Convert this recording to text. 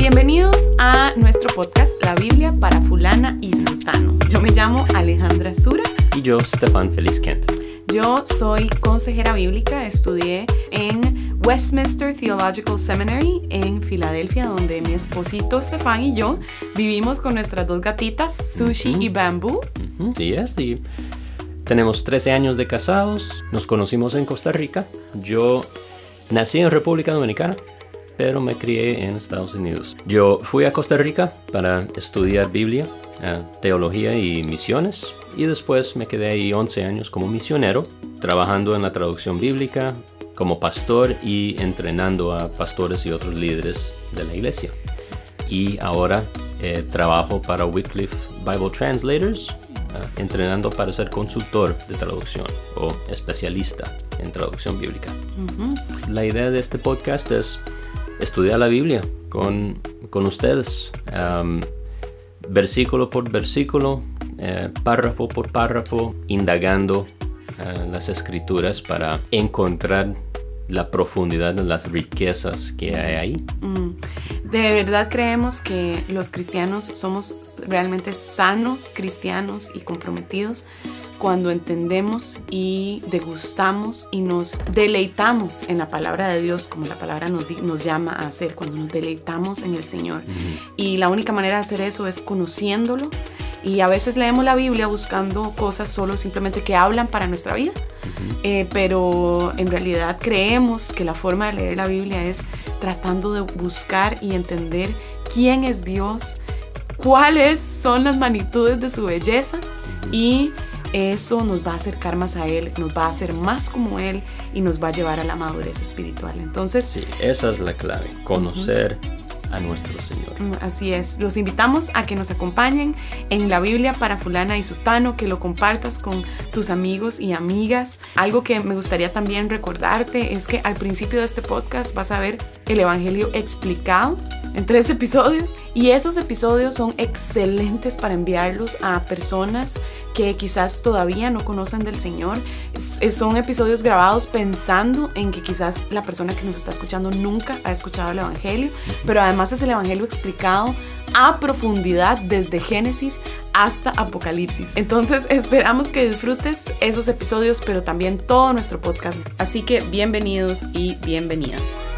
Bienvenidos a nuestro podcast La Biblia para Fulana y Sultano. Yo me llamo Alejandra Sura. Y yo, Stefan Feliz Kent. Yo soy consejera bíblica, estudié en Westminster Theological Seminary en Filadelfia, donde mi esposito Stefan y yo vivimos con nuestras dos gatitas, Sushi y Bamboo. Sí, y tenemos 13 años de casados, nos conocimos en Costa Rica. Yo nací en República Dominicana, pero me crié en Estados Unidos. Yo fui a Costa Rica para estudiar Biblia, teología y misiones, y después me quedé ahí 11 años como misionero, trabajando en la traducción bíblica, como pastor y entrenando a pastores y otros líderes de la iglesia. Y ahora trabajo para Wycliffe Bible Translators, entrenando para ser consultor de traducción o especialista en traducción bíblica. La idea de este podcast es estudiar la Biblia con ustedes, versículo por versículo, párrafo por párrafo, indagando las escrituras para encontrar la profundidad de las riquezas que hay ahí. De verdad creemos que los cristianos somos realmente sanos cristianos y comprometidos cuando entendemos y degustamos y nos deleitamos en la palabra de Dios, como la palabra nos llama a hacer, cuando nos deleitamos en el Señor. Y la única manera de hacer eso es conociéndolo. Y a veces leemos la Biblia buscando cosas solo simplemente que hablan para nuestra vida. Pero en realidad creemos que la forma de leer la Biblia es tratando de buscar y entender quién es Dios, cuáles son las magnitudes de su belleza, y eso nos va a acercar más a Él, nos va a hacer más como Él y nos va a llevar a la madurez espiritual. Entonces, sí, esa es la clave, conocer a nuestro Señor. Así es, los invitamos a que nos acompañen en la Biblia para Fulana y Sultano, que lo compartas con tus amigos y amigas. Algo que me gustaría también recordarte es que al principio de este podcast vas a ver el Evangelio explicado en 3 episodios, y esos episodios son excelentes para enviarlos a personas que quizás todavía no conocen del Señor. Son episodios grabados pensando en que quizás la persona que nos está escuchando nunca ha escuchado el Evangelio, pero además es el Evangelio explicado a profundidad desde Génesis hasta Apocalipsis. Entonces esperamos que disfrutes esos episodios, pero también todo nuestro podcast. Así que bienvenidos y bienvenidas.